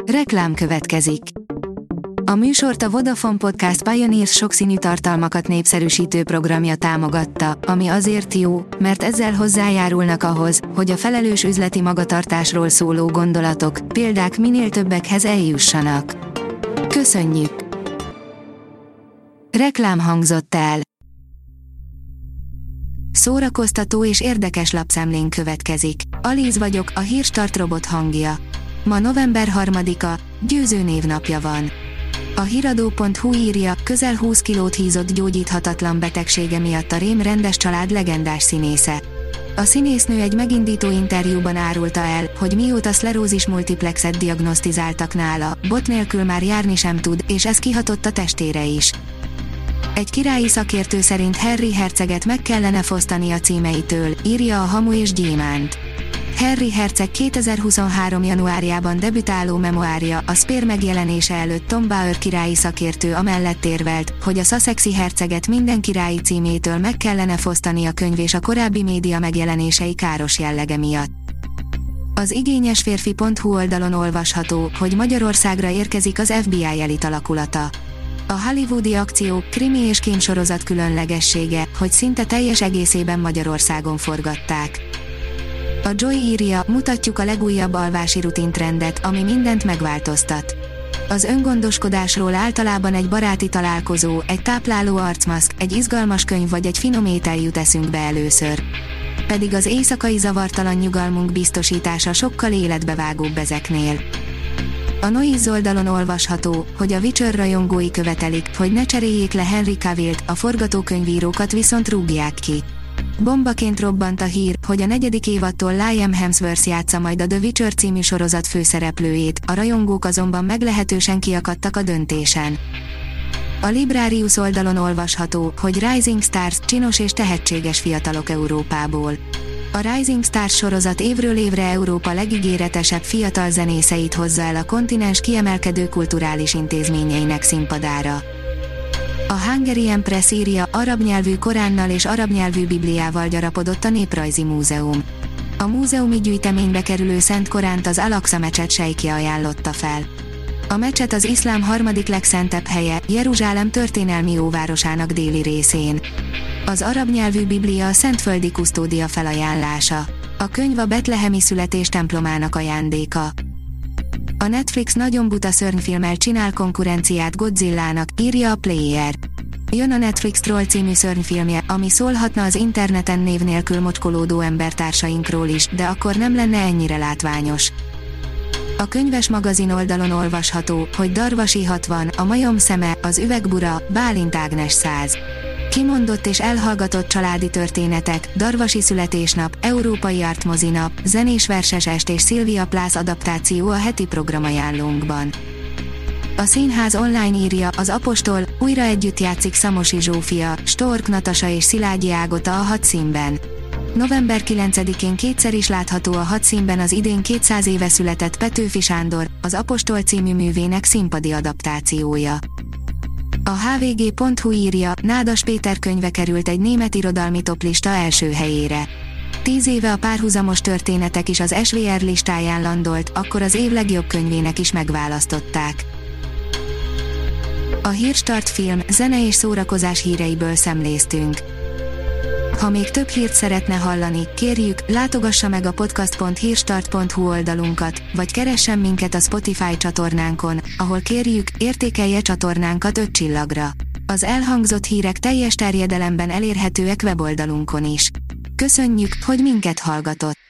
Reklám következik. A műsort a Vodafone Podcast Pioneers sokszínű tartalmakat népszerűsítő programja támogatta, ami azért jó, mert ezzel hozzájárulnak ahhoz, hogy a felelős üzleti magatartásról szóló gondolatok, példák minél többekhez eljussanak. Köszönjük! Reklám hangzott el. Szórakoztató és érdekes lapszemlén következik. Alíz vagyok, a Hírstart robot hangja. Ma november 3-a, Győző névnapja van. A hiradó.hu írja, közel 20 kilót hízott gyógyíthatatlan betegsége miatt a Rém rendes család legendás színésze. A színésznő egy megindító interjúban árulta el, hogy mióta szlerózis multiplexet diagnosztizáltak nála, bot nélkül már járni sem tud, és ez kihatott a testére is. Egy királyi szakértő szerint Harry herceget meg kellene fosztani a címeitől, írja a Hamu és Gyémánt. Harry herceg 2023. januárjában debütáló memoárja, a Spare megjelenése előtt Tom Bauer királyi szakértő amellett érvelt, hogy a Sussexi herceget minden királyi címétől meg kellene fosztani a könyv és a korábbi média megjelenései káros jellege miatt. Az igényesférfi.hu oldalon olvasható, hogy Magyarországra érkezik az FBI elit alakulata. A hollywoodi akció, krimi és kémsorozat különlegessége, hogy szinte teljes egészében Magyarországon forgatták. A Joy írja, mutatjuk a legújabb alvási rutintrendet, ami mindent megváltoztat. Az öngondoskodásról általában egy baráti találkozó, egy tápláló arcmaszk, egy izgalmas könyv vagy egy finom étel jut eszünkbe először. Pedig az éjszakai zavartalan nyugalmunk biztosítása sokkal életbevágóbb ezeknél. A Noise oldalon olvasható, hogy a Witcher rajongói követelik, hogy ne cseréljék le Henry Cavillt, a forgatókönyvírókat viszont rúgják ki. Bombaként robbant a hír, hogy a 4. évadtól Liam Hemsworth játsza majd a The Witcher című sorozat főszereplőjét, a rajongók azonban meglehetősen kiakadtak a döntésen. A Librarius oldalon olvasható, hogy Rising Stars, csinos és tehetséges fiatalok Európából. A Rising Stars sorozat évről évre Európa legígéretesebb fiatal zenészeit hozza el a kontinens kiemelkedő kulturális intézményeinek színpadára. A Hungarian Press írja, arab nyelvű Koránnal és arab nyelvű Bibliával gyarapodott a Néprajzi Múzeum. A múzeumi gyűjteménybe kerülő Szent Koránt az Al-Aqsa mecset sejkje ajánlotta fel. A mecset az iszlám harmadik legszentebb helye, Jeruzsálem történelmi óvárosának déli részén. Az arab nyelvű Biblia a szentföldi kusztódia felajánlása. A könyv a betlehemi születés templomának ajándéka. A Netflix nagyon buta szörnyfilmmel csinál konkurenciát Godzillának, írja a Player. Jön a Netflix Troll című szörnyfilmje, ami szólhatna az interneten név nélkül mocskolódó embertársainkról is, de akkor nem lenne ennyire látványos. A könyves magazin oldalon olvasható, hogy Darvasi 60, a majom szeme, az üvegbura, Bálint Ágnes 100. Kimondott és elhallgatott családi történetek, Darvasi születésnap, Európai Art mozinap, zenés verses est és Sylvia Plath adaptáció a heti programajánlónkban. A Színház online írja, az Apostol, újra együtt játszik Szamosi Zsófia, Stork Natasa és Szilágyi Ágota a Hadszínben. November 9-én kétszer is látható a Hadszínben az idén 200 éve született Petőfi Sándor, az Apostol című művének színpadi adaptációja. A hvg.hu írja, Nádas Péter könyve került egy német irodalmi toplista első helyére. 10 éve a párhuzamos történetek is az SVR listáján landolt, akkor az év legjobb könyvének is megválasztották. A Hírstart film, zene és szórakozás híreiből szemléztünk. Ha még több hírt szeretne hallani, kérjük, látogassa meg a podcast.hírstart.hu oldalunkat, vagy keressen minket a Spotify csatornánkon, ahol kérjük, értékelje csatornánkat 5 csillagra. Az elhangzott hírek teljes terjedelemben elérhetőek weboldalunkon is. Köszönjük, hogy minket hallgatott!